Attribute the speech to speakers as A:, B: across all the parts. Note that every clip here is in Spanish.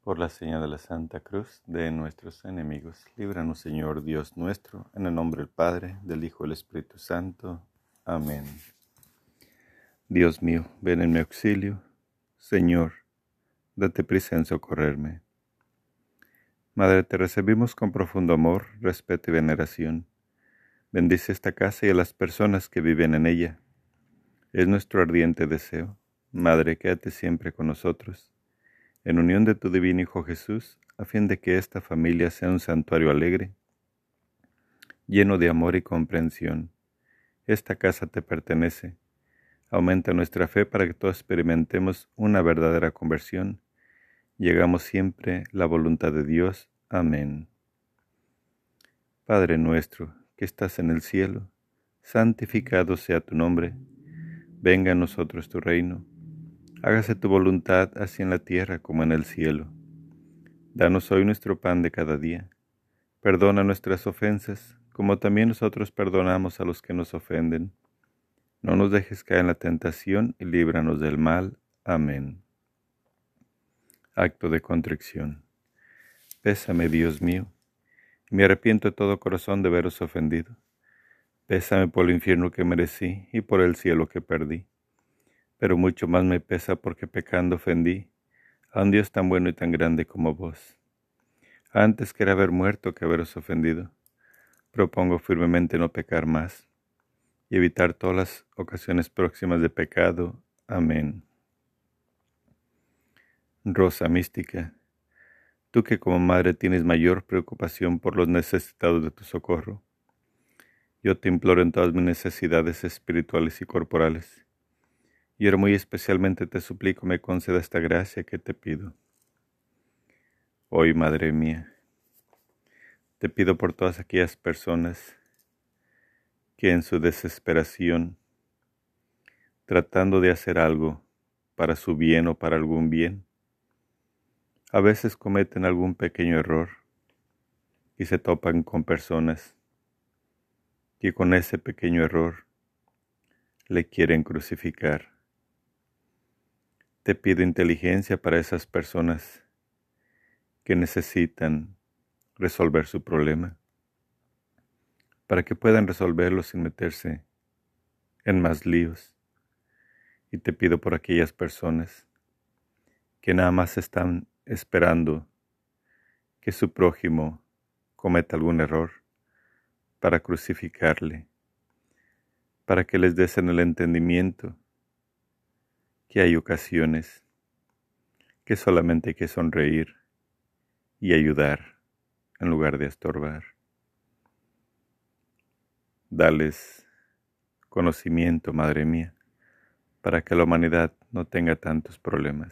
A: Por la señal de la Santa Cruz de nuestros enemigos, líbranos, Señor Dios nuestro, en el nombre del Padre, del Hijo y del Espíritu Santo. Amén. Dios mío, ven en mi auxilio. Señor, date prisa en socorrerme. Madre, te recibimos con profundo amor, respeto y veneración. Bendice esta casa y a las personas que viven en ella. Es nuestro ardiente deseo. Madre, quédate siempre con nosotros, en unión de tu divino Hijo Jesús, a fin de que esta familia sea un santuario alegre, lleno de amor y comprensión. Esta casa te pertenece. Aumenta nuestra fe para que todos experimentemos una verdadera conversión. Llegamos siempre la voluntad de Dios. Amén. Padre nuestro, que estás en el cielo, santificado sea tu nombre. Venga a nosotros tu reino. Hágase tu voluntad así en la tierra como en el cielo. Danos hoy nuestro pan de cada día. Perdona nuestras ofensas, como también nosotros perdonamos a los que nos ofenden. No nos dejes caer en la tentación y líbranos del mal. Amén. Acto de contrición. Pésame, Dios mío, y me arrepiento de todo corazón de haberos ofendido. Pésame por el infierno que merecí y por el cielo que perdí. Pero mucho más me pesa porque pecando ofendí a un Dios tan bueno y tan grande como vos. Antes quería haber muerto que haberos ofendido. Propongo firmemente no pecar más y evitar todas las ocasiones próximas de pecado. Amén. Rosa mística, tú que como madre tienes mayor preocupación por los necesitados de tu socorro, yo te imploro en todas mis necesidades espirituales y corporales, y ahora muy especialmente te suplico me conceda esta gracia que te pido. Hoy, Madre mía, te pido por todas aquellas personas que en su desesperación, tratando de hacer algo para su bien o para algún bien, a veces cometen algún pequeño error y se topan con personas que con ese pequeño error le quieren crucificar. Te pido inteligencia para esas personas que necesitan resolver su problema, para que puedan resolverlo sin meterse en más líos. Y te pido por aquellas personas que nada más están esperando que su prójimo cometa algún error para crucificarle, para que les des en el entendimiento que hay ocasiones que solamente hay que sonreír y ayudar en lugar de estorbar. Dales conocimiento, Madre mía, para que la humanidad no tenga tantos problemas.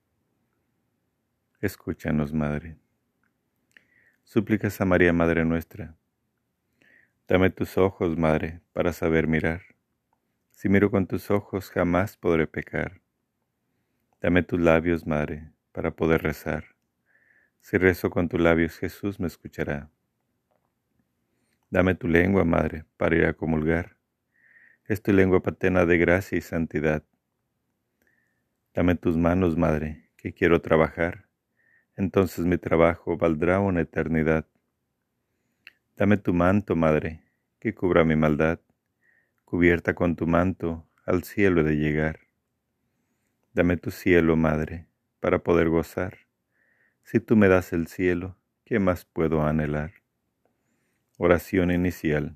A: Escúchanos, Madre. Súplicas a María, Madre nuestra. Dame tus ojos, Madre, para saber mirar. Si miro con tus ojos, jamás podré pecar. Dame tus labios, Madre, para poder rezar. Si rezo con tus labios, Jesús me escuchará. Dame tu lengua, Madre, para ir a comulgar. Es tu lengua paterna de gracia y santidad. Dame tus manos, Madre, que quiero trabajar. Entonces mi trabajo valdrá una eternidad. Dame tu manto, Madre, que cubra mi maldad. Cubierta con tu manto, al cielo he de llegar. Dame tu cielo, Madre, para poder gozar. Si tú me das el cielo, ¿qué más puedo anhelar? Oración inicial.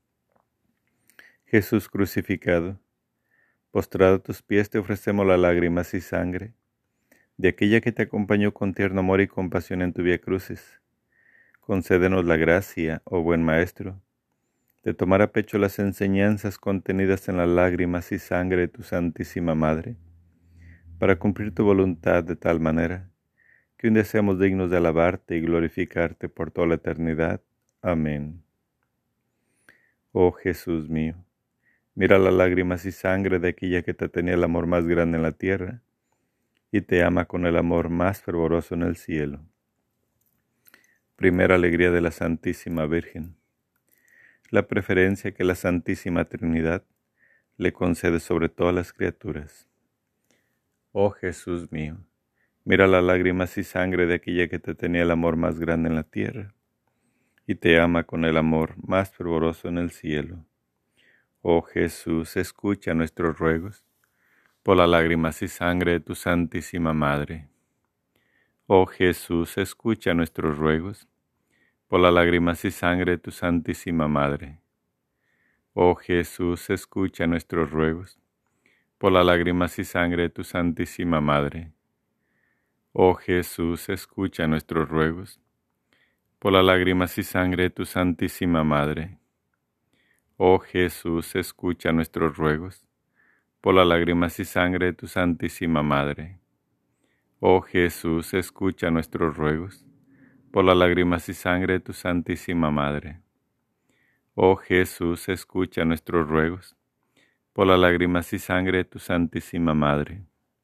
A: Jesús crucificado, postrado a tus pies te ofrecemos las lágrimas y sangre de aquella que te acompañó con tierno amor y compasión en tu vía crucis. Concédenos la gracia, oh buen Maestro, de tomar a pecho las enseñanzas contenidas en las lágrimas y sangre de tu Santísima Madre, para cumplir tu voluntad de tal manera que un día seamos dignos de alabarte y glorificarte por toda la eternidad. Amén. Oh Jesús mío, mira las lágrimas y sangre de aquella que te tenía el amor más grande en la tierra y te ama con el amor más fervoroso en el cielo. Primera alegría de la Santísima Virgen. La preferencia que la Santísima Trinidad le concede sobre todas las criaturas. Oh Jesús mío, Mira las lágrimas y sangre de aquella que te tenía el amor más grande en la tierra y te ama con el amor más fervoroso en el cielo. Oh Jesús, escucha nuestros ruegos por las lágrimas y sangre de tu Santísima Madre. Oh Jesús, escucha nuestros ruegos por las lágrimas y sangre de tu Santísima Madre. Oh Jesús, escucha nuestros ruegos por las lágrimas y sangre de tu Santísima Madre. Oh Jesús, escucha nuestros ruegos por las lágrimas y sangre de tu Santísima Madre. Oh Jesús, escucha nuestros ruegos por las lágrimas y sangre de tu Santísima Madre. Oh Jesús, escucha nuestros ruegos por las lágrimas y sangre de tu Santísima Madre. Oh Jesús, escucha nuestros ruegos por las lágrimas y sangre de tu Santísima Madre.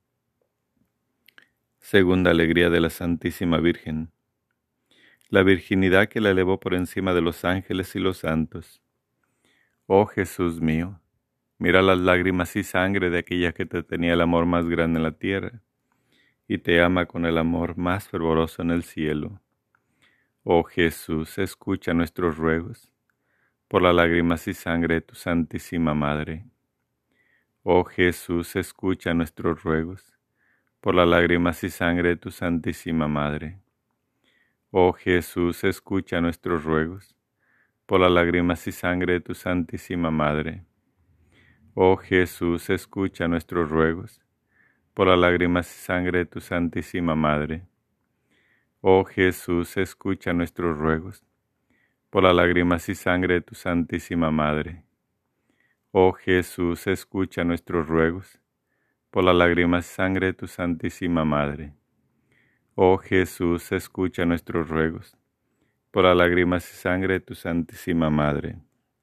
A: Segunda alegría de la Santísima Virgen. La virginidad que la elevó por encima de los ángeles y los santos. Oh Jesús mío, mira las lágrimas y sangre de aquella que te tenía el amor más grande en la tierra y te ama con el amor más fervoroso en el cielo. Oh Jesús, escucha nuestros ruegos por las lágrimas y sangre de tu Santísima Madre. Oh Jesús, escucha nuestros ruegos por las lágrimas y sangre de tu Santísima Madre. Oh Jesús, escucha nuestros ruegos por las lágrimas y sangre de tu Santísima Madre. Oh Jesús, escucha nuestros ruegos por las lágrimas y sangre de tu Santísima Madre. Oh Jesús, escucha nuestros ruegos por las lágrimas y sangre de tu Santísima Madre. Oh Jesús, escucha nuestros ruegos por las lágrimas y sangre de tu Santísima Madre. Oh Jesús, escucha nuestros ruegos por las lágrimas y sangre de tu Santísima Madre.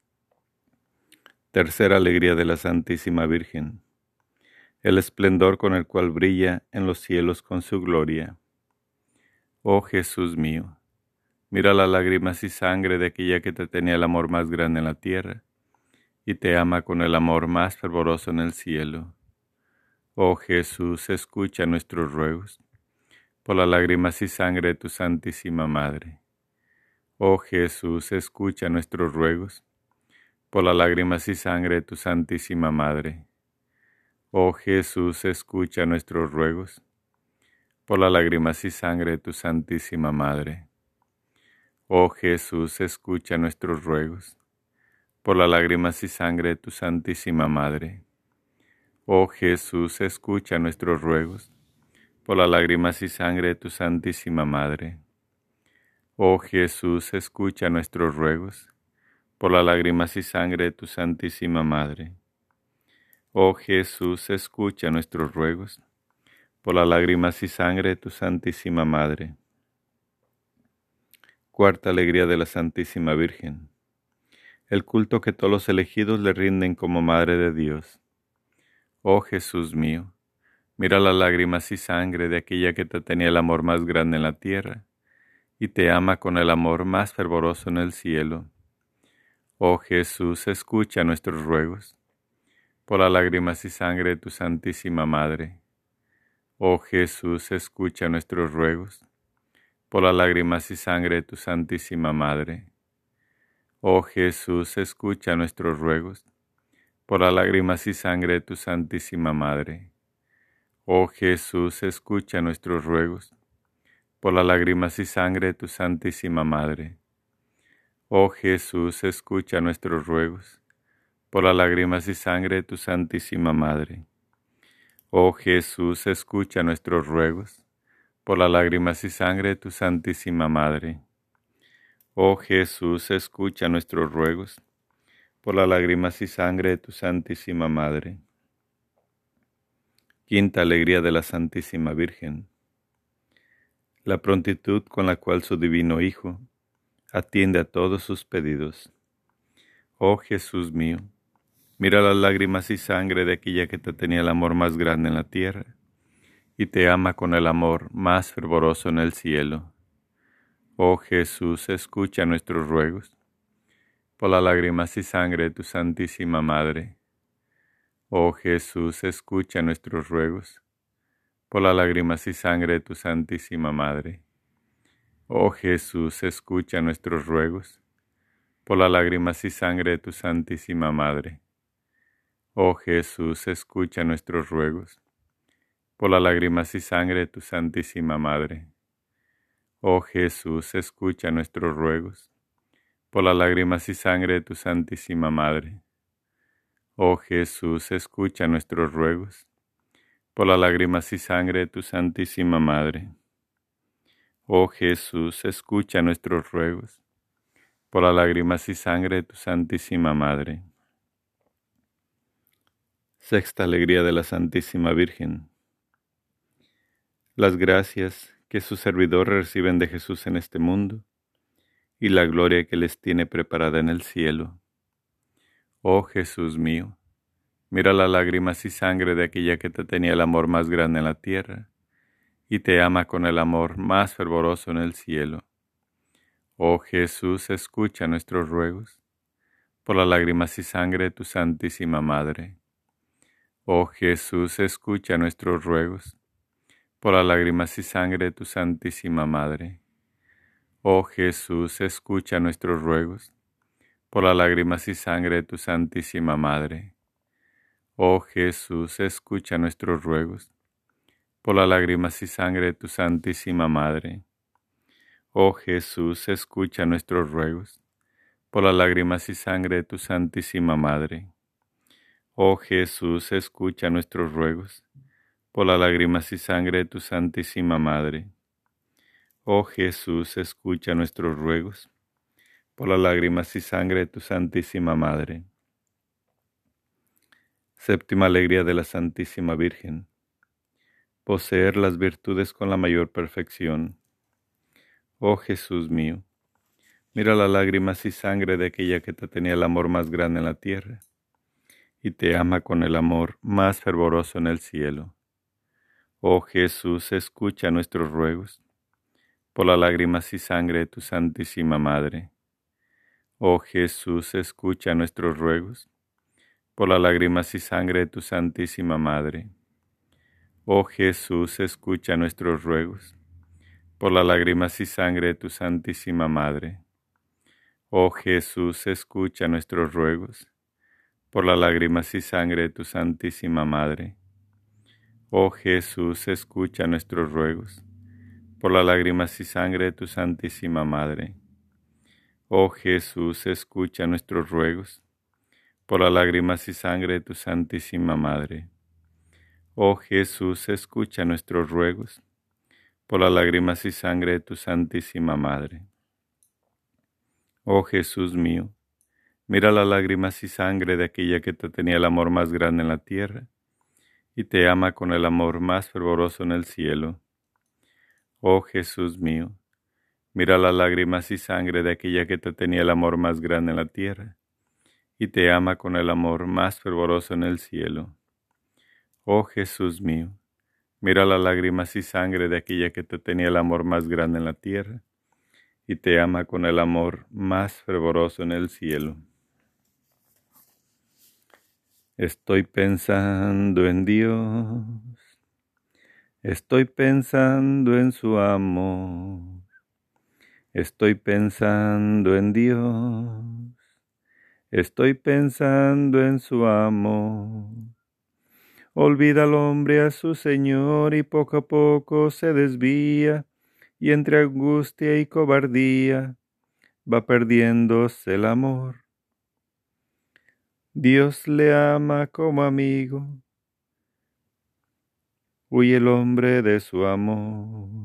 A: Tercera alegría de la Santísima Virgen. El esplendor con el cual brilla en los cielos con su gloria. Oh Jesús mío, mira las lágrimas y sangre de aquella que te tenía el amor más grande en la tierra y te ama con el amor más fervoroso en el cielo. Oh Jesús, escucha nuestros ruegos por las lágrimas y sangre de tu Santísima Madre. Oh Jesús, escucha nuestros ruegos por las lágrimas y sangre de tu Santísima Madre. Oh Jesús, escucha nuestros ruegos por las lágrimas y sangre de tu Santísima Madre. Oh Jesús, escucha nuestros ruegos por las lágrimas y sangre de tu Santísima Madre. Oh Jesús, escucha nuestros ruegos por las lágrimas y sangre de tu Santísima Madre. Oh Jesús, escucha nuestros ruegos por las lágrimas y sangre de tu Santísima Madre. Oh Jesús, escucha nuestros ruegos por las lágrimas y sangre de tu Santísima Madre. Cuarta alegría de la Santísima Virgen. El culto que todos los elegidos le rinden como Madre de Dios. Oh Jesús mío, mira las lágrimas y sangre de aquella que te tenía el amor más grande en la tierra y te ama con el amor más fervoroso en el cielo. Oh Jesús, escucha nuestros ruegos por las lágrimas y sangre de tu Santísima Madre. Oh Jesús, escucha nuestros ruegos por las lágrimas y sangre de tu Santísima Madre. Oh Jesús, escucha nuestros ruegos por las lágrimas y sangre de tu Santísima Madre. Oh Jesús, escucha nuestros ruegos por las lágrimas y sangre de tu Santísima Madre. Oh Jesús, escucha nuestros ruegos por las lágrimas y sangre de tu Santísima Madre. Oh Jesús, escucha nuestros ruegos por las lágrimas y sangre de tu Santísima Madre. Oh Jesús, escucha nuestros ruegos por las lágrimas y sangre de tu Santísima Madre. Quinta alegría de la Santísima Virgen. La prontitud con la cual su divino Hijo atiende a todos sus pedidos. Oh Jesús mío, mira las lágrimas y sangre de aquella que te tenía el amor más grande en la tierra y te ama con el amor más fervoroso en el cielo. Oh Jesús, escucha nuestros ruegos por las lágrimas y sangre de tu Santísima Madre. Oh Jesús, escucha nuestros ruegos por las lágrimas y sangre de tu Santísima Madre. Oh Jesús, escucha nuestros ruegos, por las lágrimas y sangre de tu Santísima Madre. Oh Jesús, escucha nuestros ruegos, por las lágrimas y sangre de tu Santísima Madre. Oh Jesús, escucha nuestros ruegos, por las lágrimas y sangre de tu Santísima Madre. Oh Jesús, escucha nuestros ruegos, por las lágrimas y sangre de tu Santísima Madre. Oh Jesús, escucha nuestros ruegos, por las lágrimas y sangre de tu Santísima Madre. Sexta alegría de la Santísima Virgen. Las gracias que sus servidores reciben de Jesús en este mundo y la gloria que les tiene preparada en el cielo. Oh Jesús mío, mira las lágrimas y sangre de aquella que te tenía el amor más grande en la tierra y te ama con el amor más fervoroso en el cielo. Oh Jesús, escucha nuestros ruegos, por las lágrimas y sangre de tu Santísima Madre. Oh Jesús, escucha nuestros ruegos, por las lágrimas y sangre de tu Santísima Madre. Oh Jesús, escucha nuestros ruegos, por las lágrimas y sangre de tu Santísima Madre. Oh Jesús, escucha nuestros ruegos, por las lágrimas y sangre de tu Santísima Madre. Oh Jesús, escucha nuestros ruegos, por las lágrimas y sangre de tu Santísima Madre. Oh Jesús, escucha nuestros ruegos, por las lágrimas y sangre de tu Santísima Madre. Oh Jesús, escucha nuestros ruegos, por las lágrimas y sangre de tu Santísima Madre. Séptima alegría de la Santísima Virgen. Poseer las virtudes con la mayor perfección. Oh Jesús mío, mira las lágrimas y sangre de aquella que te tenía el amor más grande en la tierra y te ama con el amor más fervoroso en el cielo. Oh Jesús, escucha nuestros ruegos, por las lágrimas y sangre de tu Santísima Madre. Oh Jesús, escucha nuestros ruegos, por las lágrimas y sangre de tu Santísima Madre. Oh Jesús, escucha nuestros ruegos, por las lágrimas y sangre de tu Santísima Madre. Oh Jesús, escucha nuestros ruegos, por las lágrimas y sangre de tu Santísima Madre. Oh Jesús, escucha nuestros ruegos, por las lágrimas y sangre de tu Santísima Madre. Oh Jesús, escucha nuestros ruegos, por las lágrimas y sangre de tu Santísima Madre. Oh Jesús, escucha nuestros ruegos, por las lágrimas y sangre de tu Santísima Madre. Oh Jesús mío, mira las lágrimas y sangre de aquella que te tenía el amor más grande en la tierra y te ama con el amor más fervoroso en el cielo. Oh Jesús mío, mira las lágrimas y sangre de aquella que te tenía el amor más grande en la tierra y te ama con el amor más fervoroso en el cielo. Oh Jesús mío, mira las lágrimas y sangre de aquella que te tenía el amor más grande en la tierra y te ama con el amor más fervoroso en el cielo. Estoy pensando en Dios, estoy pensando en su amor, estoy pensando en Dios, estoy pensando en su amor. Olvida al hombre a su Señor y poco a poco se desvía y entre angustia y cobardía va perdiéndose el amor. Dios le ama como amigo, huye el hombre de su amor.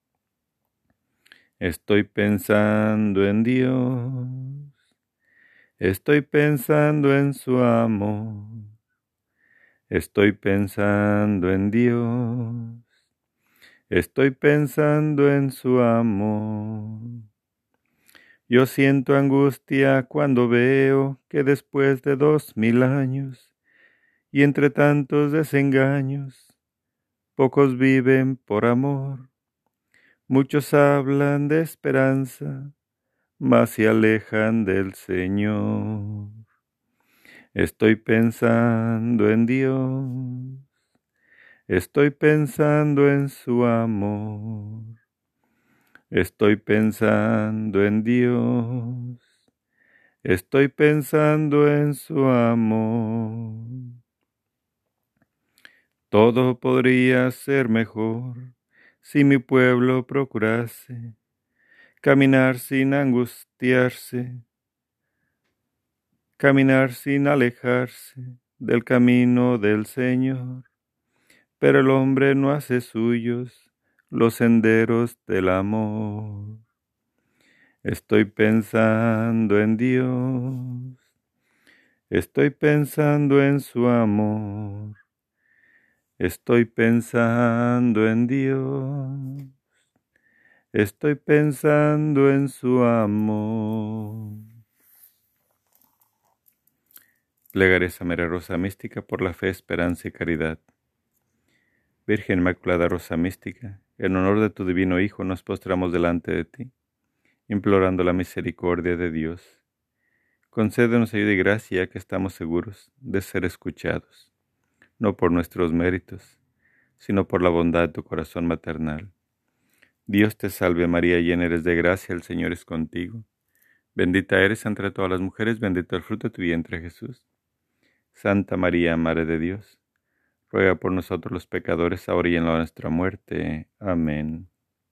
A: Estoy pensando en Dios, estoy pensando en su amor. Estoy pensando en Dios, estoy pensando en su amor. Yo siento angustia cuando veo que después de 2000 años y entre tantos desengaños, pocos viven por amor. Muchos hablan de esperanza, mas se alejan del Señor. Estoy pensando en Dios, Estoy pensando en su amor. Estoy pensando en Dios. Estoy pensando en su amor. Todo podría ser mejor si mi pueblo procurase caminar sin angustiarse, caminar sin alejarse del camino del Señor. Pero el hombre no hace suyos los senderos del amor. Estoy pensando en Dios, estoy pensando en su amor, estoy pensando en Dios, estoy pensando en su amor. Plegares a María Rosa Mística por la fe, esperanza y caridad. Virgen Inmaculada Rosa Mística, en honor de tu divino Hijo nos postramos delante de ti, implorando la misericordia de Dios. Concédenos ayuda y gracia, que estamos seguros de ser escuchados, no por nuestros méritos, sino por la bondad de tu corazón maternal. Dios te salve María, llena eres de gracia, el Señor es contigo. Bendita eres entre todas las mujeres, bendito el fruto de tu vientre Jesús. Santa María, Madre de Dios, ruega por nosotros los pecadores, ahora y en la hora de nuestra muerte. Amén.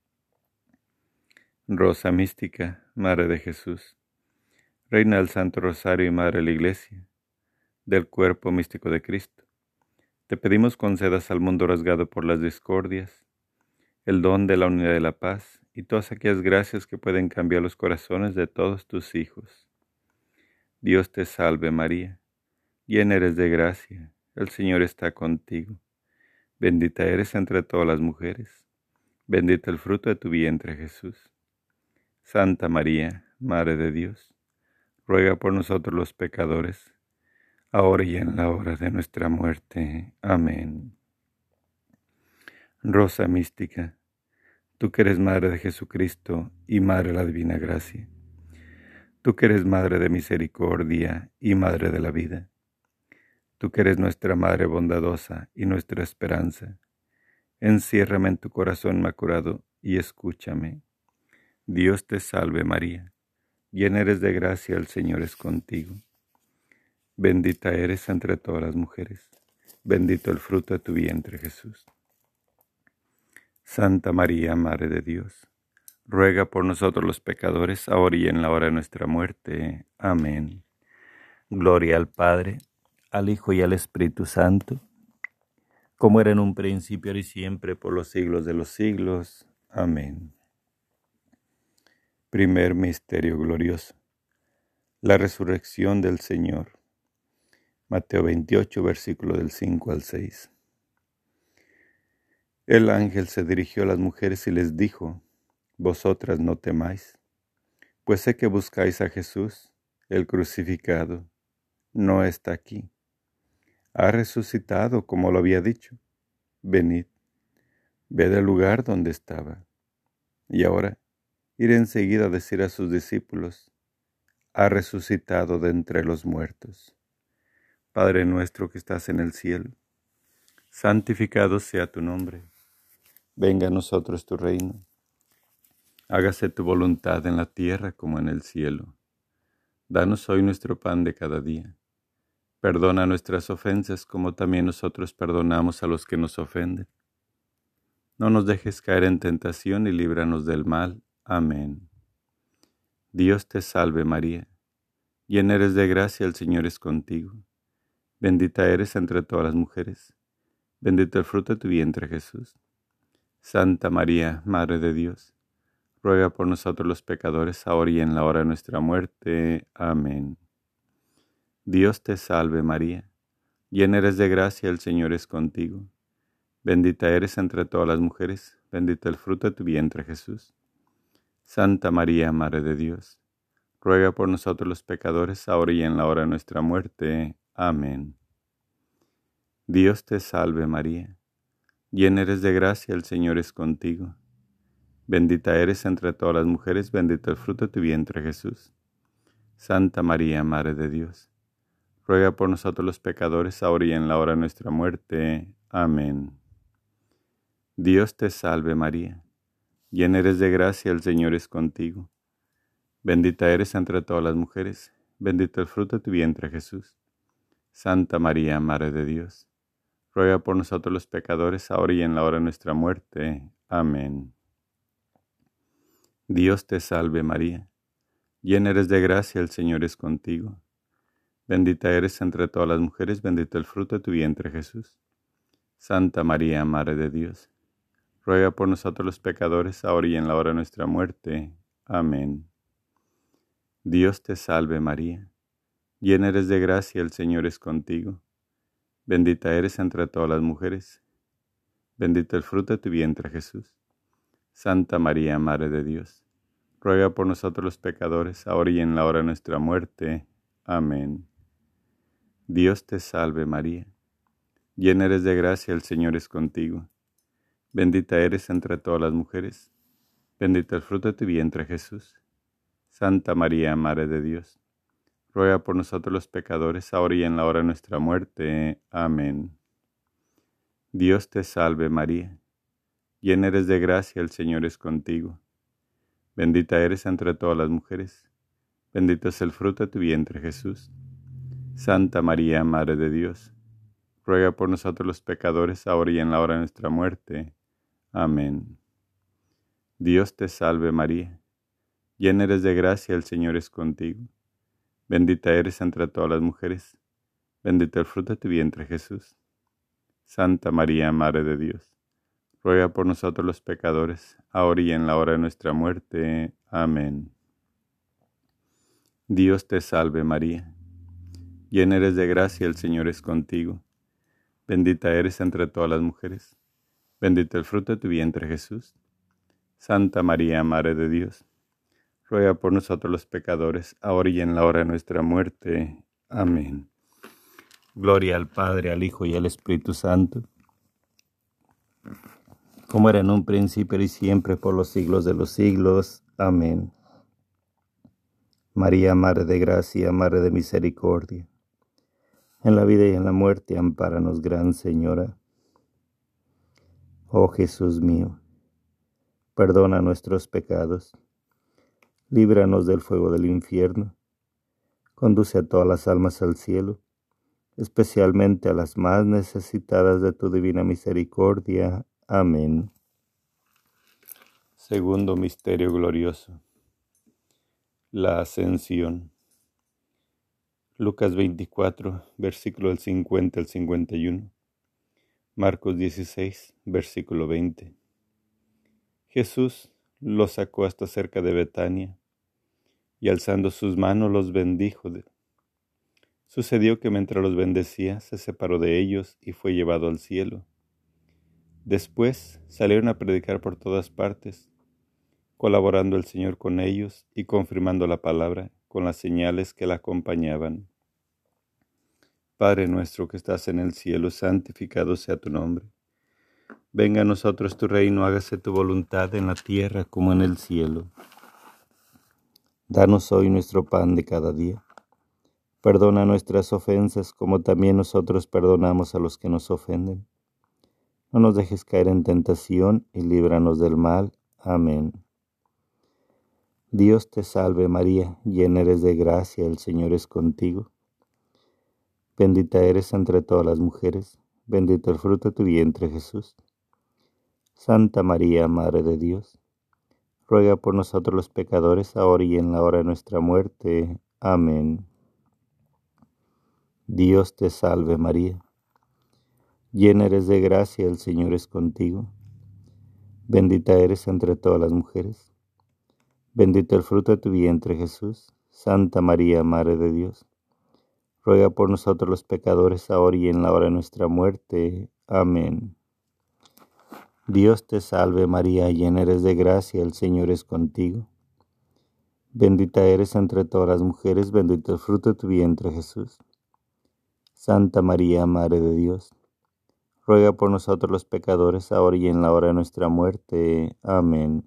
A: Rosa Mística, Madre de Jesús, Reina del Santo Rosario y Madre de la Iglesia, del cuerpo místico de Cristo, te pedimos concedas al mundo rasgado por las discordias, el don de la unidad y la paz, y todas aquellas gracias que pueden cambiar los corazones de todos tus hijos. Dios te salve María, llena eres de gracia, el Señor está contigo. Bendita eres entre todas las mujeres, bendito el fruto de tu vientre Jesús. Santa María, Madre de Dios, ruega por nosotros los pecadores, ahora y en la hora de nuestra muerte. Amén. Rosa Mística, tú que eres Madre de Jesucristo y Madre de la Divina Gracia, tú que eres Madre de Misericordia y Madre de la Vida, tú que eres nuestra Madre bondadosa y nuestra esperanza, enciérrame en tu corazón inmaculado y escúchame. Dios te salve María, llena eres de gracia, el Señor es contigo. Bendita eres entre todas las mujeres, bendito el fruto de tu vientre Jesús. Santa María, Madre de Dios, ruega por nosotros los pecadores, ahora y en la hora de nuestra muerte. Amén. Gloria al Padre, al Hijo y al Espíritu Santo, como era en un principio, ahora y siempre, por los siglos de los siglos. Amén. Primer misterio glorioso: la resurrección del Señor. Mateo 28, versículo del 5 al 6. El ángel se dirigió a las mujeres y les dijo: Vosotras no temáis, pues sé que buscáis a Jesús, el crucificado. No está aquí. Ha resucitado, como lo había dicho. Venid, ved el lugar donde estaba. Y ahora, ir enseguida a decir a sus discípulos: ha resucitado de entre los muertos. Padre nuestro que estás en el cielo, santificado sea tu nombre. Venga a nosotros tu reino. Hágase tu voluntad en la tierra como en el cielo. Danos hoy nuestro pan de cada día. Perdona nuestras ofensas como también nosotros perdonamos a los que nos ofenden. No nos dejes caer en tentación y líbranos del mal. Amén. Dios te salve María, llena eres de gracia, el Señor es contigo. Bendita eres entre todas las mujeres, bendito el fruto de tu vientre Jesús. Santa María, Madre de Dios, ruega por nosotros los pecadores, ahora y en la hora de nuestra muerte. Amén. Dios te salve María, llena eres de gracia, el Señor es contigo. Bendita eres entre todas las mujeres, bendito el fruto de tu vientre Jesús. Santa María, Madre de Dios, ruega por nosotros los pecadores, ahora y en la hora de nuestra muerte. Amén. Dios te salve María, llena eres de gracia, el Señor es contigo. Bendita eres entre todas las mujeres, bendito el fruto de tu vientre Jesús. Santa María, Madre de Dios, ruega por nosotros los pecadores, ahora y en la hora de nuestra muerte. Amén. Dios te salve María, llena eres de gracia, el Señor es contigo. Bendita eres entre todas las mujeres, bendito el fruto de tu vientre Jesús. Santa María, Madre de Dios, ruega por nosotros los pecadores, ahora y en la hora de nuestra muerte. Amén. Dios te salve María, llena eres de gracia, el Señor es contigo. Bendita eres entre todas las mujeres, bendito el fruto de tu vientre Jesús. Santa María, Madre de Dios, ruega por nosotros los pecadores, ahora y en la hora de nuestra muerte. Amén. Dios te salve María, llena eres de gracia, el Señor es contigo. Bendita eres entre todas las mujeres, bendito el fruto de tu vientre Jesús. Santa María, Madre de Dios, ruega por nosotros los pecadores, ahora y en la hora de nuestra muerte. Amén. Dios te salve María, llena eres de gracia, el Señor es contigo. Bendita eres entre todas las mujeres, bendito el fruto de tu vientre Jesús. Santa María, Madre de Dios, ruega por nosotros los pecadores, ahora y en la hora de nuestra muerte. Amén. Dios te salve María, llena eres de gracia, el Señor es contigo. Bendita eres entre todas las mujeres, bendito es el fruto de tu vientre Jesús. Santa María, Madre de Dios, ruega por nosotros los pecadores, ahora y en la hora de nuestra muerte. Amén. Dios te salve María, llena eres de gracia, el Señor es contigo. Bendita eres entre todas las mujeres, bendito el fruto de tu vientre Jesús. Santa María, Madre de Dios, ruega por nosotros los pecadores, ahora y en la hora de nuestra muerte. Amén. Dios te salve María, llena eres de gracia, el Señor es contigo. Bendita eres entre todas las mujeres, bendito el fruto de tu vientre Jesús. Santa María, Madre de Dios, ruega por nosotros los pecadores, ahora y en la hora de nuestra muerte. Amén. Gloria al Padre, al Hijo y al Espíritu Santo, como era en un principio y siempre, por los siglos de los siglos. Amén. María, Madre de Gracia, Madre de Misericordia, en la vida y en la muerte, ampáranos, Gran Señora. Oh Jesús mío, perdona nuestros pecados, líbranos del fuego del infierno, conduce a todas las almas al cielo, especialmente a las más necesitadas de tu divina misericordia. Amén. Segundo misterio glorioso, la Ascensión. Lucas 24, versículo del 50 al 51. Marcos 16, versículo 20. Jesús los sacó hasta cerca de Betania, y alzando sus manos los bendijo. Sucedió que mientras los bendecía, se separó de ellos y fue llevado al cielo. Después salieron a predicar por todas partes, colaborando el Señor con ellos y confirmando la palabra con las señales que la acompañaban. Padre nuestro que estás en el cielo, santificado sea tu nombre. Venga a nosotros tu reino, hágase tu voluntad en la tierra como en el cielo. Danos hoy nuestro pan de cada día. Perdona nuestras ofensas como también nosotros perdonamos a los que nos ofenden. No nos dejes caer en tentación y líbranos del mal. Amén. Dios te salve María, llena eres de gracia, el Señor es contigo. Bendita eres entre todas las mujeres, bendito el fruto de tu vientre Jesús. Santa María, Madre de Dios, ruega por nosotros los pecadores, ahora y en la hora de nuestra muerte. Amén. Dios te salve María, llena eres de gracia, el Señor es contigo. Bendita eres entre todas las mujeres, bendito el fruto de tu vientre Jesús. Santa María, Madre de Dios, ruega por nosotros los pecadores, ahora y en la hora de nuestra muerte. Amén. Dios te salve María, llena eres de gracia, el Señor es contigo. Bendita eres entre todas las mujeres, bendito el fruto de tu vientre Jesús. Santa María, Madre de Dios, ruega por nosotros los pecadores, ahora y en la hora de nuestra muerte. Amén.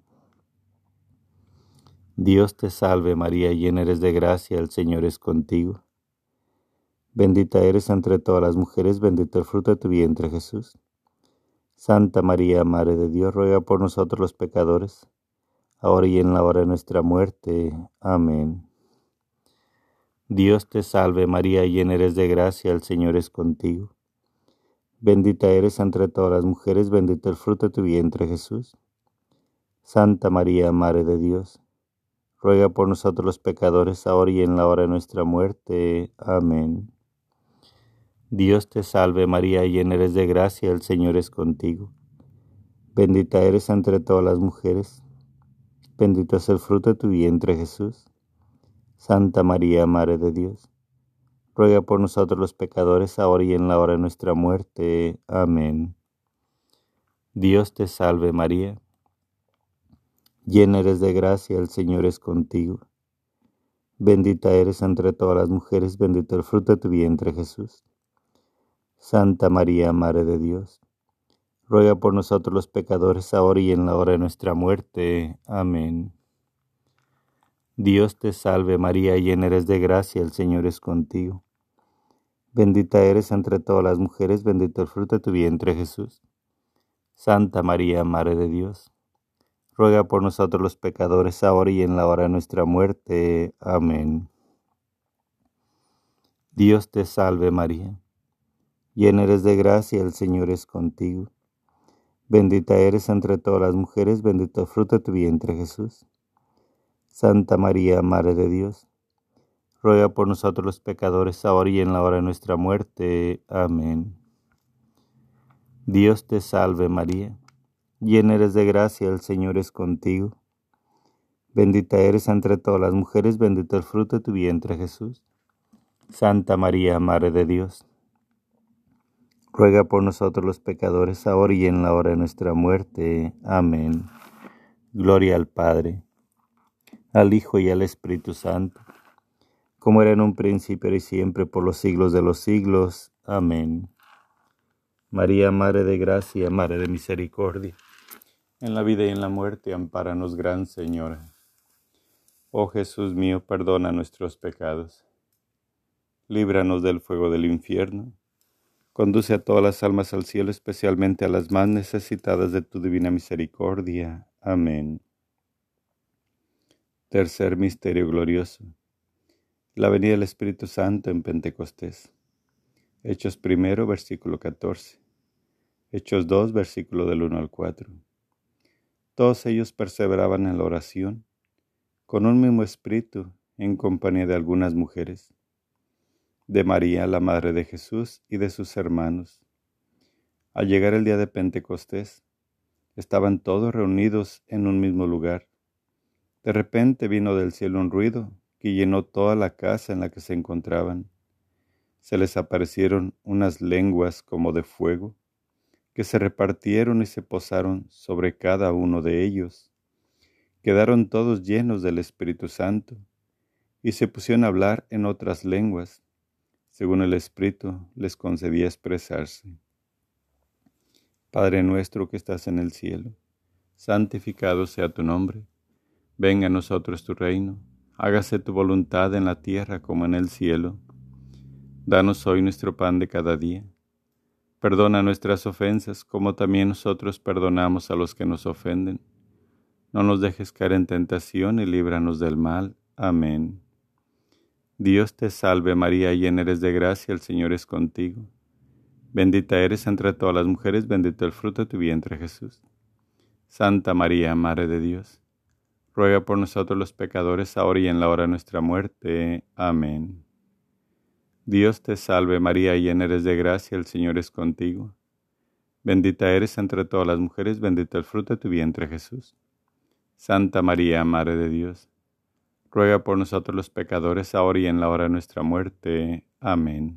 A: Dios te salve María, llena eres de gracia, el Señor es contigo. Bendita eres entre todas las mujeres, bendito el fruto de tu vientre Jesús. Santa María, Madre de Dios, ruega por nosotros los pecadores, ahora y en la hora de nuestra muerte. Amén. Dios te salve María, llena eres de gracia, el Señor es contigo. Bendita eres entre todas las mujeres, bendito el fruto de tu vientre Jesús. Santa María, Madre de Dios, ruega por nosotros los pecadores, ahora y en la hora de nuestra muerte. Amén. Dios te salve María, llena eres de gracia, el Señor es contigo. Bendita eres entre todas las mujeres, bendito es el fruto de tu vientre Jesús. Santa María, Madre de Dios, ruega por nosotros los pecadores, ahora y en la hora de nuestra muerte. Amén. Dios te salve María, llena eres de gracia, el Señor es contigo. Bendita eres entre todas las mujeres, bendito el fruto de tu vientre Jesús. Santa María, Madre de Dios, ruega por nosotros los pecadores, ahora y en la hora de nuestra muerte. Amén. Dios te salve María, llena eres de gracia, el Señor es contigo. Bendita eres entre todas las mujeres, bendito el fruto de tu vientre Jesús. Santa María, Madre de Dios, ruega por nosotros los pecadores, ahora y en la hora de nuestra muerte. Amén. Dios te salve María, llena eres de gracia, el Señor es contigo. Bendita eres entre todas las mujeres, bendito el fruto de tu vientre Jesús. Santa María, Madre de Dios, ruega por nosotros los pecadores, ahora y en la hora de nuestra muerte. Amén. Dios te salve María, llena eres de gracia, el Señor es contigo. Bendita eres entre todas las mujeres, bendito el fruto de tu vientre Jesús. Santa María, Madre de Dios, ruega por nosotros los pecadores, ahora y en la hora de nuestra muerte. Amén. Gloria al Padre, al Hijo y al Espíritu Santo, como era en un principio, ahora y siempre, por los siglos de los siglos. Amén. María, Madre de Gracia, Madre de Misericordia, en la vida y en la muerte, ampáranos, Gran Señora. Oh Jesús mío, perdona nuestros pecados, líbranos del fuego del infierno, conduce a todas las almas al cielo, especialmente a las más necesitadas de tu divina misericordia. Amén. Tercer misterio glorioso: la venida del Espíritu Santo en Pentecostés. Hechos 1, versículo 14. Hechos 2, versículo del 1 al 4. Todos ellos perseveraban en la oración, con un mismo espíritu, en compañía de algunas mujeres, de María, la madre de Jesús, y de sus hermanos. Al llegar el día de Pentecostés, estaban todos reunidos en un mismo lugar. De repente vino del cielo un ruido que llenó toda la casa en la que se encontraban. Se les aparecieron unas lenguas como de fuego, que se repartieron y se posaron sobre cada uno de ellos. Quedaron todos llenos del Espíritu Santo, y se pusieron a hablar en otras lenguas, según el Espíritu les concedía expresarse. Padre nuestro que estás en el cielo, santificado sea tu nombre. Venga a nosotros tu reino, hágase tu voluntad en la tierra como en el cielo. Danos hoy nuestro pan de cada día. Perdona nuestras ofensas, como también nosotros perdonamos a los que nos ofenden. No nos dejes caer en tentación y líbranos del mal. Amén. Dios te salve María, llena eres de gracia, el Señor es contigo. Bendita eres entre todas las mujeres, bendito el fruto de tu vientre Jesús. Santa María, Madre de Dios, ruega por nosotros los pecadores, ahora y en la hora de nuestra muerte. Amén. Dios te salve María, llena eres de gracia, el Señor es contigo. Bendita eres entre todas las mujeres, bendito el fruto de tu vientre Jesús. Santa María, Madre de Dios, ruega por nosotros los pecadores, ahora y en la hora de nuestra muerte. Amén.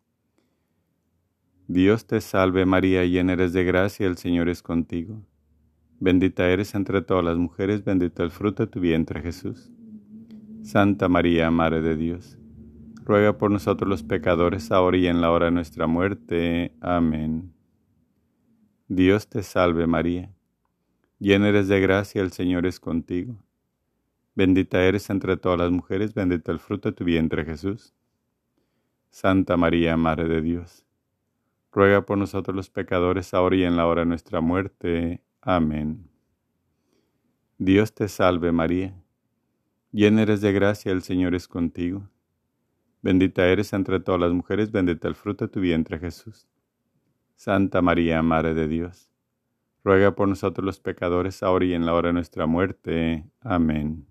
A: Dios te salve María, llena eres de gracia, el Señor es contigo. Bendita eres entre todas las mujeres, bendito el fruto de tu vientre Jesús. Santa María, Madre de Dios, ruega por nosotros los pecadores, ahora y en la hora de nuestra muerte. Amén. Dios te salve María, llena eres de gracia, el Señor es contigo. Bendita eres entre todas las mujeres, bendito el fruto de tu vientre Jesús. Santa María, Madre de Dios, ruega por nosotros los pecadores, ahora y en la hora de nuestra muerte. Amén. Dios te salve María, llena eres de gracia, el Señor es contigo. Bendita eres entre todas las mujeres, bendito el fruto de tu vientre Jesús. Santa María, Madre de Dios, ruega por nosotros los pecadores, ahora y en la hora de nuestra muerte. Amén.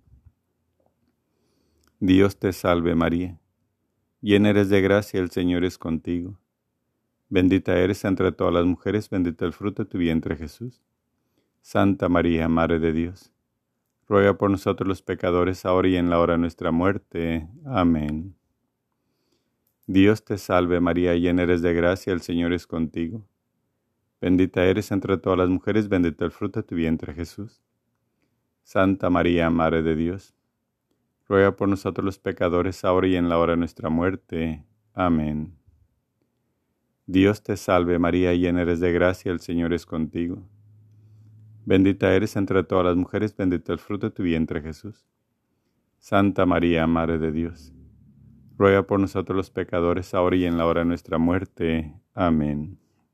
A: Dios te salve María, llena eres de gracia, el Señor es contigo. Bendita eres entre todas las mujeres, bendito el fruto de tu vientre Jesús. Santa María, Madre de Dios, ruega por nosotros los pecadores, ahora y en la hora de nuestra muerte. Amén. Dios te salve María, llena eres de gracia, el Señor es contigo. Bendita eres entre todas las mujeres, bendito el fruto de tu vientre Jesús. Santa María, Madre de Dios, ruega por nosotros los pecadores, ahora y en la hora de nuestra muerte. Amén. Dios te salve María, llena eres de gracia, el Señor es contigo. Bendita eres entre todas las mujeres, bendito el fruto de tu vientre Jesús. Santa María, Madre de Dios, ruega por nosotros los pecadores, ahora y en la hora de nuestra muerte. Amén.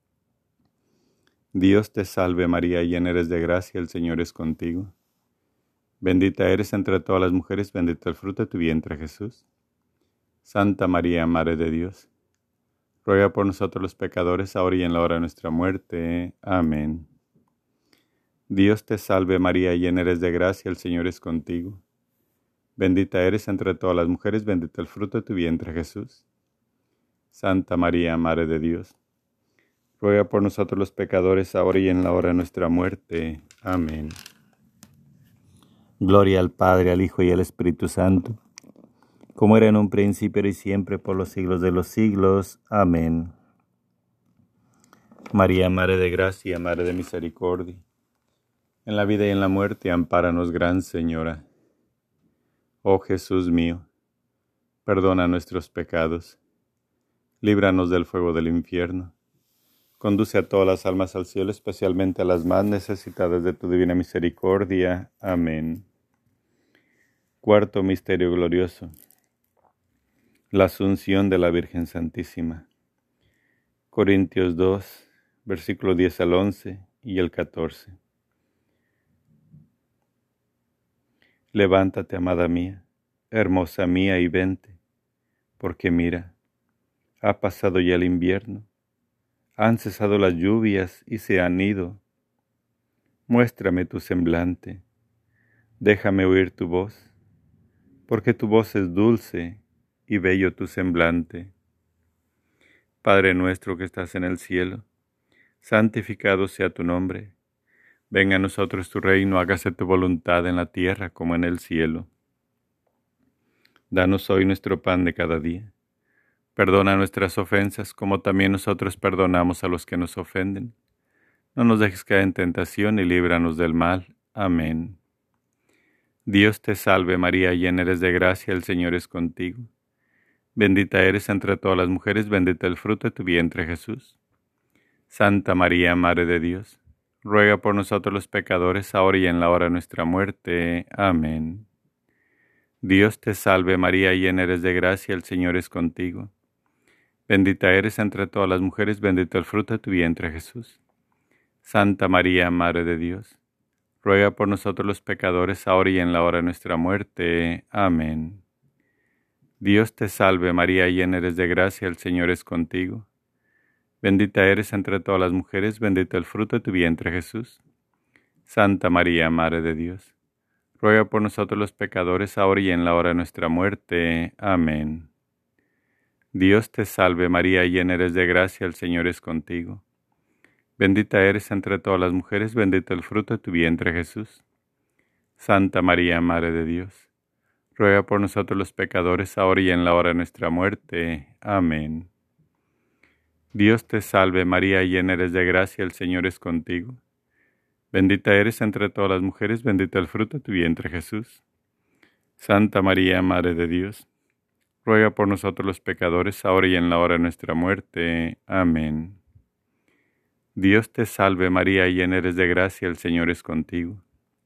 A: Dios te salve María, llena eres de gracia, el Señor es contigo. Bendita eres entre todas las mujeres, bendito el fruto de tu vientre Jesús. Santa María, Madre de Dios, ruega por nosotros los pecadores, ahora y en la hora de nuestra muerte. Amén. Dios te salve María, llena eres de gracia, el Señor es contigo. Bendita eres entre todas las mujeres, bendito el fruto de tu vientre Jesús. Santa María, Madre de Dios, ruega por nosotros los pecadores, ahora y en la hora de nuestra muerte. Amén. Gloria al Padre, al Hijo y al Espíritu Santo, como era en un principio, ahora y siempre, por los siglos de los siglos. Amén. María, Madre de Gracia, Madre de Misericordia, en la vida y en la muerte, ampáranos, Gran Señora. Oh Jesús mío, perdona nuestros pecados, líbranos del fuego del infierno, conduce a todas las almas al cielo, especialmente a las más necesitadas de tu divina misericordia. Amén. Cuarto misterio glorioso: la Asunción de la Virgen Santísima. Corintios 2, versículo 10 al 11 y el 14. Levántate, amada mía, hermosa mía, y vente, porque mira, ha pasado ya el invierno, han cesado las lluvias y se han ido. Muéstrame tu semblante, déjame oír tu voz, porque tu voz es dulce y bello tu semblante. Padre nuestro que estás en el cielo, santificado sea tu nombre. Venga a nosotros tu reino, hágase tu voluntad en la tierra como en el cielo. Danos hoy nuestro pan de cada día. Perdona nuestras ofensas, como también nosotros perdonamos a los que nos ofenden. No nos dejes caer en tentación y líbranos del mal. Amén. Dios te salve María, llena eres de gracia, el Señor es contigo. Bendita eres entre todas las mujeres, bendito el fruto de tu vientre Jesús. Santa María, Madre de Dios, ruega por nosotros los pecadores, ahora y en la hora de nuestra muerte. Amén. Dios te salve María, llena eres de gracia, el Señor es contigo. Bendita eres entre todas las mujeres, bendito el fruto de tu vientre Jesús. Santa María, Madre de Dios, ruega por nosotros los pecadores, ahora y en la hora de nuestra muerte. Amén. Dios te salve María, llena eres de gracia, el Señor es contigo. Bendita eres entre todas las mujeres, bendito el fruto de tu vientre Jesús. Santa María, Madre de Dios, ruega por nosotros los pecadores, ahora y en la hora de nuestra muerte. Amén. Dios te salve María, llena eres de gracia, el Señor es contigo. Bendita eres entre todas las mujeres, bendito el fruto de tu vientre Jesús. Santa María, Madre de Dios, ruega por nosotros los pecadores, ahora y en la hora de nuestra muerte. Amén. Dios te salve María, llena eres de gracia, el Señor es contigo. Bendita eres entre todas las mujeres, bendito el fruto de tu vientre Jesús. Santa María, Madre de Dios, ruega por nosotros los pecadores, ahora y en la hora de nuestra muerte. Amén. Dios te salve María, llena eres de gracia, el Señor es contigo.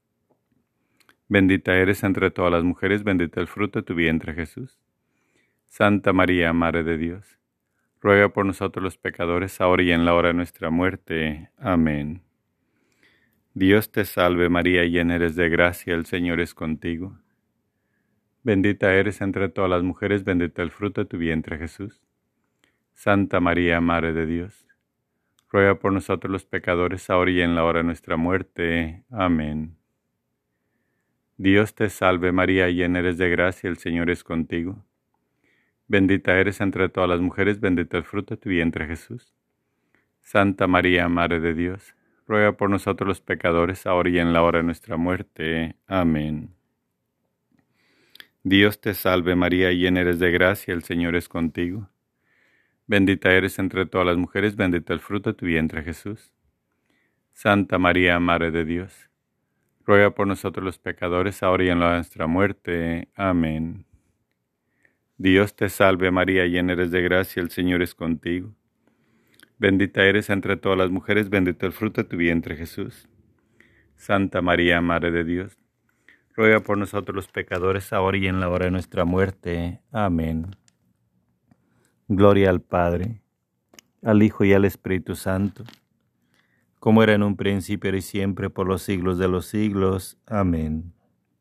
A: Bendita eres entre todas las mujeres, bendito el fruto de tu vientre Jesús. Santa María, Madre de Dios, ruega por nosotros los pecadores, ahora y en la hora de nuestra muerte. Amén. Dios te salve María, llena eres de gracia, el Señor es contigo. Bendita eres entre todas las mujeres, bendito el fruto de tu vientre Jesús. Santa María, Madre de Dios, ruega por nosotros los pecadores, ahora y en la hora de nuestra muerte. Amén. Dios te salve María, llena eres de gracia, el Señor es contigo. Bendita eres entre todas las mujeres, bendito el fruto de tu vientre Jesús. Santa María, Madre de Dios, ruega por nosotros los pecadores, ahora y en la hora de nuestra muerte. Amén. Dios te salve María, llena eres de gracia, el Señor es contigo. Bendita eres entre todas las mujeres, bendito el fruto de tu vientre Jesús. Santa María, Madre de Dios, ruega por nosotros los pecadores, ahora y en la hora de nuestra muerte. Amén. Dios te salve María, llena eres de gracia, el Señor es contigo. Bendita eres entre todas las mujeres, bendito el fruto de tu vientre Jesús. Santa María, Madre de Dios, ruega por nosotros los pecadores, ahora y en la hora de nuestra muerte. Amén. Gloria al Padre, al Hijo y al Espíritu Santo, como era en un principio, ahora y siempre, por los siglos de los siglos. Amén.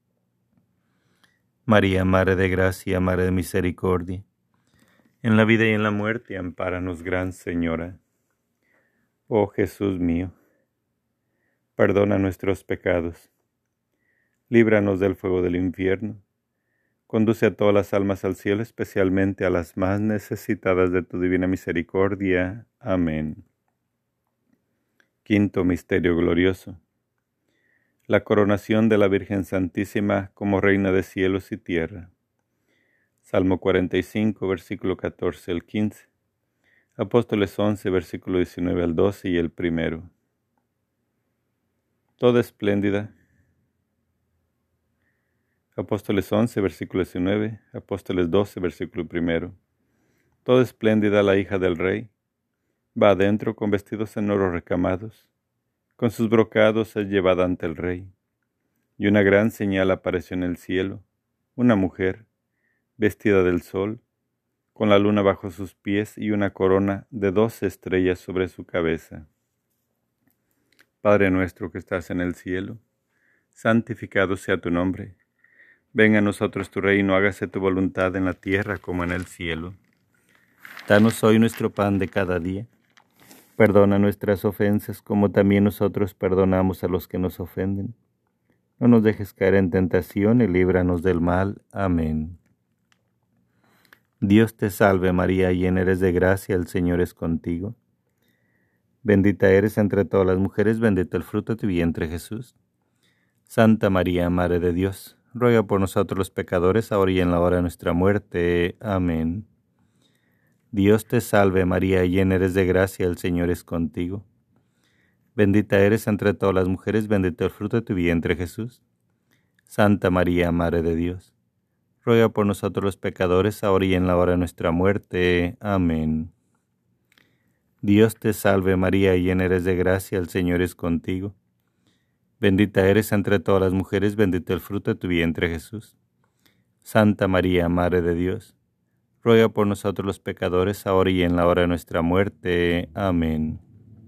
A: María, Madre de Gracia, Madre de Misericordia, en la vida y en la muerte, ampáranos, Gran Señora. Oh Jesús mío, perdona nuestros pecados, líbranos del fuego del infierno, conduce a todas las almas al cielo, especialmente a las más necesitadas de tu divina misericordia. Amén. Quinto misterio glorioso: la coronación de la Virgen Santísima como Reina de cielos y tierra. Salmo 45, versículo 14 al 15. Apóstoles 11, versículo 19 al 12 y el primero. Toda espléndida. Apóstoles 11, versículo 19. Apóstoles 12, versículo primero. Toda espléndida la hija del rey va adentro con vestidos en oro recamados. Con sus brocados es llevada ante el rey. Y una gran señal apareció en el cielo, una mujer, vestida del sol, con la luna bajo sus pies y una corona de 12 estrellas sobre su cabeza. Padre nuestro que estás en el cielo, santificado sea tu nombre. Venga a nosotros tu reino, hágase tu voluntad en la tierra como en el cielo. Danos hoy nuestro pan de cada día. Perdona nuestras ofensas como también nosotros perdonamos a los que nos ofenden. No nos dejes caer en tentación y líbranos del mal. Amén. Dios te salve María, llena eres de gracia, el Señor es contigo. Bendita eres entre todas las mujeres, bendito el fruto de tu vientre Jesús. Santa María, Madre de Dios, ruega por nosotros los pecadores, ahora y en la hora de nuestra muerte. Amén. Dios te salve María, llena eres de gracia, el Señor es contigo. Bendita eres entre todas las mujeres, bendito el fruto de tu vientre Jesús. Santa María, Madre de Dios, ruega por nosotros los pecadores, ahora y en la hora de nuestra muerte. Amén. Dios te salve María, llena eres de gracia, el Señor es contigo. Bendita eres entre todas las mujeres, bendito el fruto de tu vientre Jesús. Santa María, Madre de Dios, ruega por nosotros los pecadores, ahora y en la hora de nuestra muerte. Amén.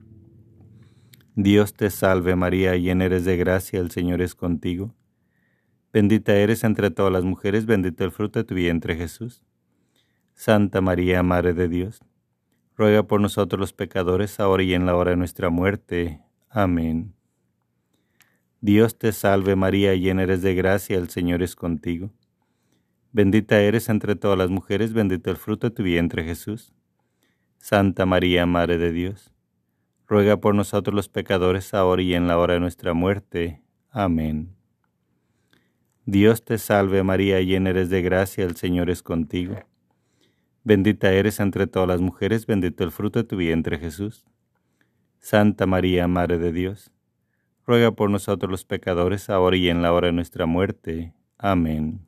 A: Dios te salve María, llena eres de gracia, el Señor es contigo. Bendita eres entre todas las mujeres, bendito el fruto de tu vientre Jesús. Santa María, Madre de Dios, ruega por nosotros los pecadores, ahora y en la hora de nuestra muerte. Amén. Dios te salve María, llena eres de gracia, el Señor es contigo. Bendita eres entre todas las mujeres, bendito el fruto de tu vientre Jesús. Santa María, Madre de Dios, ruega por nosotros los pecadores, ahora y en la hora de nuestra muerte. Amén. Dios te salve María, llena eres de gracia, el Señor es contigo. Bendita eres entre todas las mujeres, bendito el fruto de tu vientre Jesús. Santa María, Madre de Dios, ruega por nosotros los pecadores, ahora y en la hora de nuestra muerte. Amén.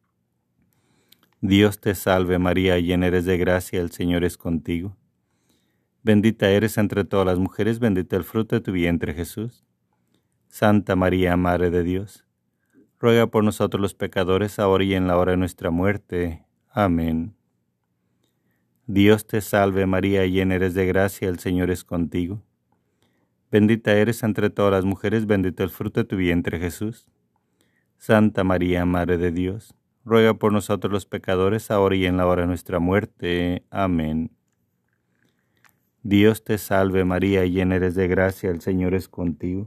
A: Dios te salve María, llena eres de gracia, el Señor es contigo. Bendita eres entre todas las mujeres, bendito el fruto de tu vientre Jesús. Santa María, Madre de Dios, ruega por nosotros los pecadores, ahora y en la hora de nuestra muerte. Amén. Dios te salve María, llena eres de gracia, el Señor es contigo. Bendita eres entre todas las mujeres, bendito el fruto de tu vientre Jesús. Santa María, Madre de Dios, ruega por nosotros los pecadores, ahora y en la hora de nuestra muerte. Amén. Dios te salve María, llena eres de gracia, el Señor es contigo.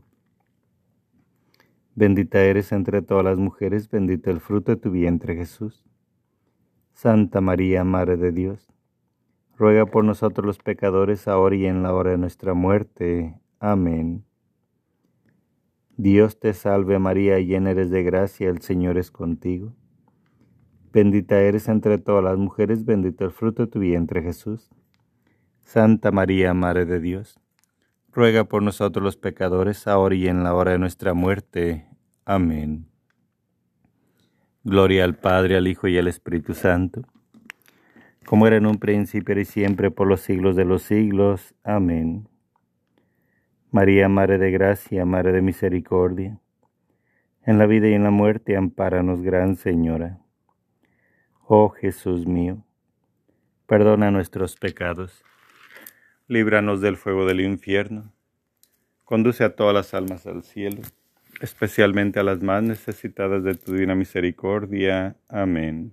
A: Bendita eres entre todas las mujeres, bendito el fruto de tu vientre Jesús. Santa María, Madre de Dios, ruega por nosotros los pecadores, ahora y en la hora de nuestra muerte. Amén. Dios te salve María, llena eres de gracia, el Señor es contigo. Bendita eres entre todas las mujeres, bendito el fruto de tu vientre Jesús. Santa María, Madre de Dios, ruega por nosotros los pecadores, ahora y en la hora de nuestra muerte. Amén. Gloria al Padre, al Hijo y al Espíritu Santo, como era en un principio, ahora y siempre, por los siglos de los siglos. Amén. María, Madre de Gracia, Madre de Misericordia, en la vida y en la muerte, ampáranos, Gran Señora. Oh Jesús mío, perdona nuestros pecados, líbranos del fuego del infierno, conduce a todas las almas al cielo, especialmente a las más necesitadas de tu divina misericordia. Amén.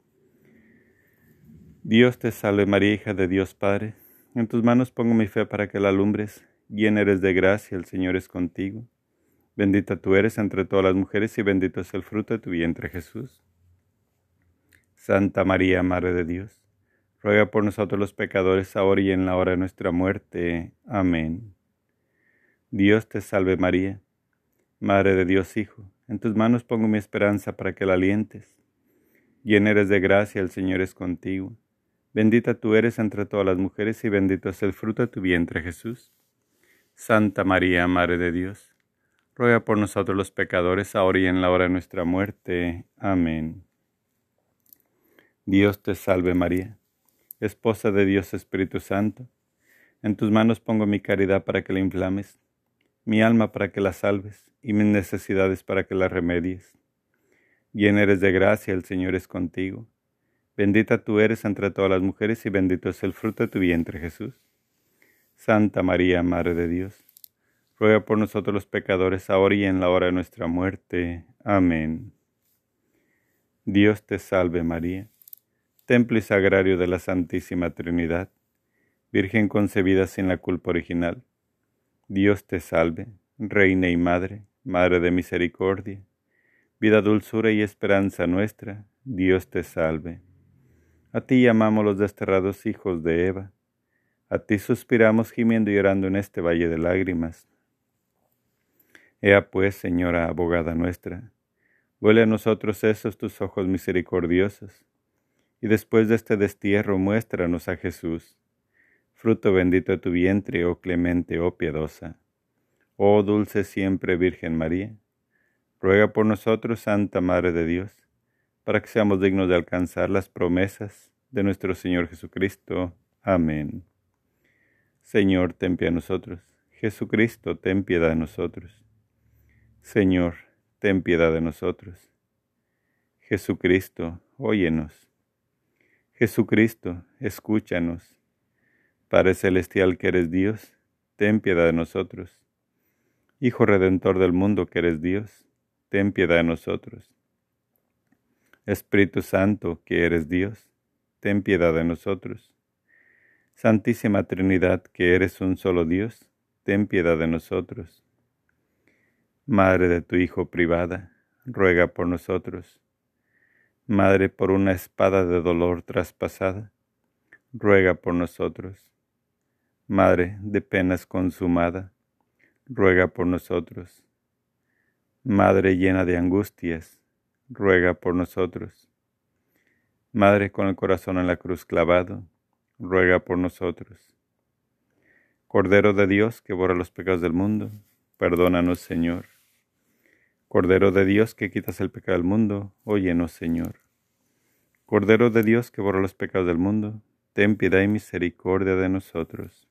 A: Dios te salve María, hija de Dios Padre, en tus manos pongo mi fe para que la alumbres, llena eres de gracia, el Señor es contigo. Bendita tú eres entre todas las mujeres y bendito es el fruto de tu vientre Jesús. Santa María, Madre de Dios, ruega por nosotros los pecadores, ahora y en la hora de nuestra muerte. Amén. Dios te salve María, Madre de Dios Hijo, en tus manos pongo mi esperanza para que la alientes. Llena eres de gracia, el Señor es contigo. Bendita tú eres entre todas las mujeres y bendito es el fruto de tu vientre Jesús. Santa María, Madre de Dios, ruega por nosotros los pecadores, ahora y en la hora de nuestra muerte. Amén. Dios te salve María, Esposa de Dios Espíritu Santo, en tus manos pongo mi caridad para que la inflames, mi alma para que la salves, y mis necesidades para que las remedies. Llena eres de gracia, el Señor es contigo. Bendita tú eres entre todas las mujeres, y bendito es el fruto de tu vientre Jesús. Santa María, Madre de Dios, ruega por nosotros los pecadores, ahora y en la hora de nuestra muerte. Amén. Dios te salve María, templo y sagrario de la Santísima Trinidad, Virgen concebida sin la culpa original. Dios te salve, Reina y Madre, Madre de misericordia, vida, dulzura y esperanza nuestra. Dios te salve. A ti llamamos los desterrados hijos de Eva, a ti suspiramos gimiendo y llorando en este valle de lágrimas. Ea pues, Señora abogada nuestra, vuelve a nosotros esos tus ojos misericordiosos, y después de este destierro muéstranos a Jesús, fruto bendito de tu vientre, oh clemente, oh piadosa. Oh dulce siempre Virgen María, ruega por nosotros, Santa Madre de Dios, para que seamos dignos de alcanzar las promesas de nuestro Señor Jesucristo. Amén. Señor, ten piedad de nosotros. Jesucristo, ten piedad de nosotros. Señor, ten piedad de nosotros. Jesucristo, óyenos. Jesucristo, escúchanos. Padre celestial que eres Dios, ten piedad de nosotros. Hijo Redentor del mundo que eres Dios, ten piedad de nosotros. Espíritu Santo que eres Dios, ten piedad de nosotros. Santísima Trinidad que eres un solo Dios, ten piedad de nosotros. Madre de tu Hijo privada, ruega por nosotros. Madre por una espada de dolor traspasada, ruega por nosotros. Madre de penas consumada, ruega por nosotros. Madre llena de angustias, ruega por nosotros. Madre con el corazón en la cruz clavado, ruega por nosotros. Cordero de Dios que borra los pecados del mundo, perdónanos, Señor. Cordero de Dios que quitas el pecado del mundo, óyenos, Señor. Cordero de Dios que borra los pecados del mundo, ten piedad y misericordia de nosotros.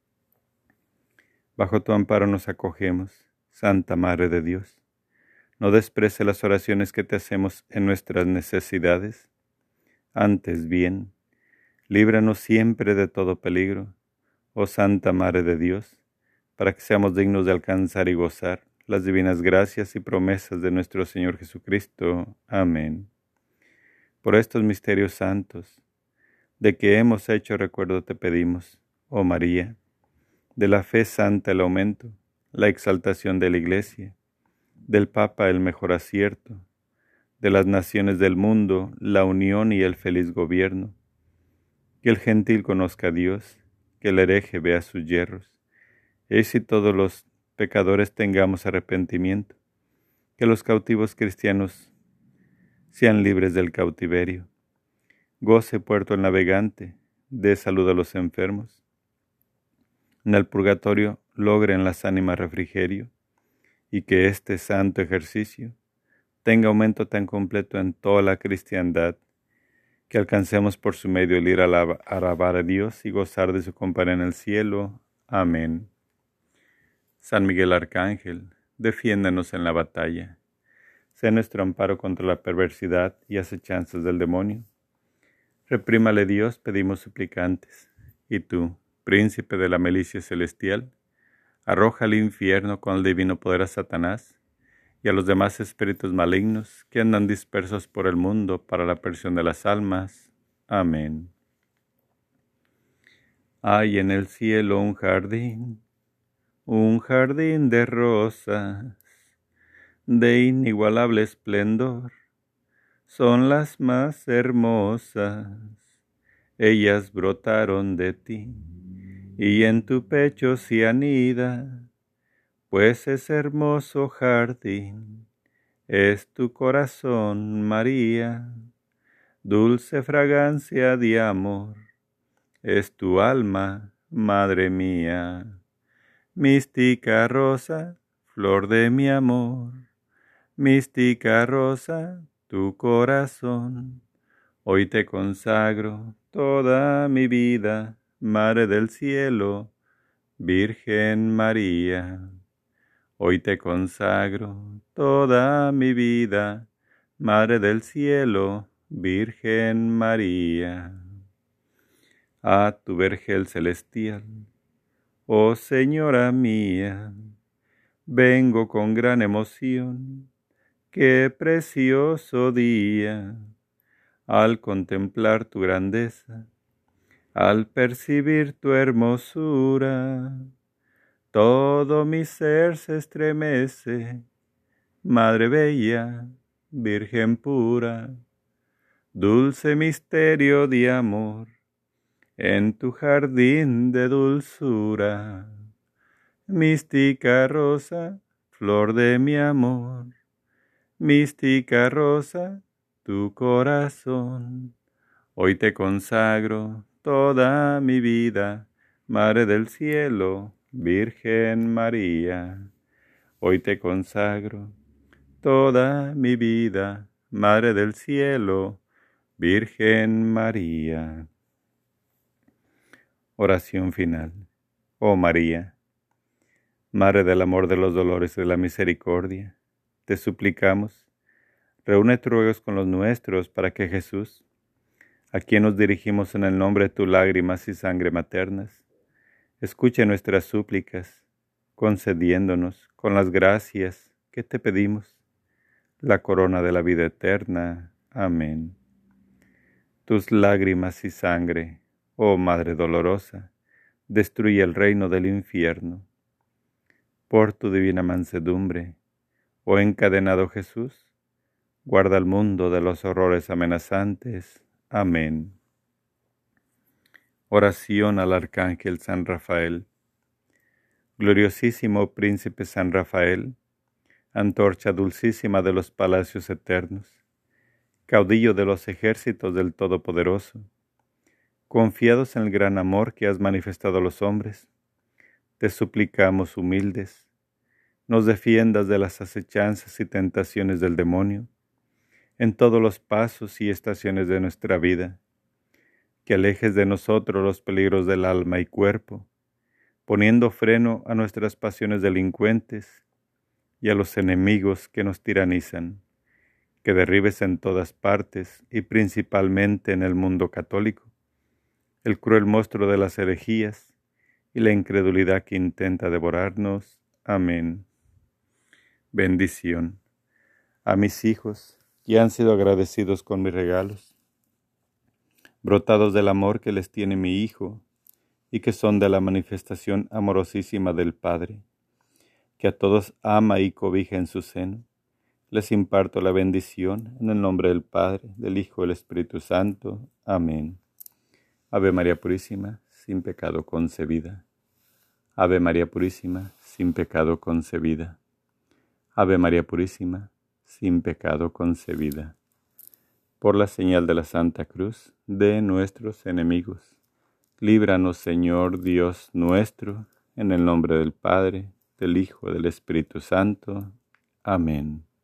A: Bajo tu amparo nos acogemos, Santa Madre de Dios. No desprecie las oraciones que te hacemos en nuestras necesidades. Antes bien, Líbranos siempre de todo peligro, oh Santa Madre de Dios, para que seamos dignos de alcanzar y gozar las divinas gracias y promesas de nuestro Señor Jesucristo. Amén. Por estos misterios santos, de que hemos hecho recuerdo te pedimos, oh María, de la fe santa el aumento, la exaltación de la Iglesia, del Papa el mejor acierto, de las naciones del mundo la unión y el feliz gobierno, que el gentil conozca a Dios, que el hereje vea sus yerros, y si todos los pecadores tengamos arrepentimiento, que los cautivos cristianos sean libres del cautiverio, goce puerto el navegante, dé salud a los enfermos, en el purgatorio logren las ánimas refrigerio, y que este santo ejercicio tenga aumento tan completo en toda la cristiandad, que alcancemos por su medio el ir a alabar a Dios y gozar de su compañía en el cielo. Amén. San Miguel Arcángel, defiéndanos en la batalla. Sé nuestro amparo contra la perversidad y acechanzas del demonio. Reprímale Dios, pedimos suplicantes. Y tú, príncipe de la milicia celestial, arroja al infierno con el divino poder a Satanás y a los demás espíritus malignos que andan dispersos por el mundo para la perdición de las almas. Amén. Hay en el cielo un jardín de rosas, de inigualable esplendor, son las más hermosas. Ellas brotaron de ti, y en tu pecho se anida, pues ese hermoso jardín es tu corazón, María, dulce fragancia de amor, es tu alma, Madre mía. Mística rosa, flor de mi amor, mística rosa, tu corazón, hoy te consagro toda mi vida, Madre del cielo, Virgen María. Hoy te consagro toda mi vida, Madre del cielo, Virgen María. A tu vergel celestial, oh Señora mía, vengo con gran emoción, qué precioso día, al contemplar tu grandeza, al percibir tu hermosura, todo mi ser se estremece, Madre bella, Virgen pura, dulce misterio de amor, en tu jardín de dulzura. Mística rosa, flor de mi amor, mística rosa, tu corazón, hoy te consagro toda mi vida, Madre del cielo, Virgen María. Hoy te consagro toda mi vida, Madre del cielo, Virgen María. Oración final. Oh María, Madre del amor, de los dolores y de la misericordia, te suplicamos, reúne tus ruegos con los nuestros para que Jesús, a quien nos dirigimos en el nombre de tus lágrimas y sangre maternas, escuche nuestras súplicas, concediéndonos con las gracias que te pedimos, la corona de la vida eterna. Amén. Tus lágrimas y sangre, oh Madre dolorosa, destruye el reino del infierno. Por tu divina mansedumbre, oh encadenado Jesús, guarda al mundo de los horrores amenazantes. Amén. Oración al Arcángel San Rafael. Gloriosísimo Príncipe San Rafael, antorcha dulcísima de los palacios eternos, caudillo de los ejércitos del Todopoderoso, confiados en el gran amor que has manifestado a los hombres, te suplicamos humildes, nos defiendas de las acechanzas y tentaciones del demonio, en todos los pasos y estaciones de nuestra vida, que alejes de nosotros los peligros del alma y cuerpo, poniendo freno a nuestras pasiones delincuentes y a los enemigos que nos tiranizan, que derribes en todas partes y principalmente en el mundo católico el cruel monstruo de las herejías y la incredulidad que intenta devorarnos. Amén. Bendición. A mis hijos, que han sido agradecidos con mis regalos, brotados del amor que les tiene mi Hijo, y que son de la manifestación amorosísima del Padre, que a todos ama y cobija en su seno, les imparto la bendición en el nombre del Padre, del Hijo y del Espíritu Santo. Amén. Ave María Purísima, sin pecado concebida. Ave María Purísima, sin pecado concebida. Ave María Purísima, sin pecado concebida. Por la señal de la Santa Cruz de nuestros enemigos, líbranos, Señor Dios nuestro, en el nombre del Padre, del Hijo y del Espíritu Santo. Amén.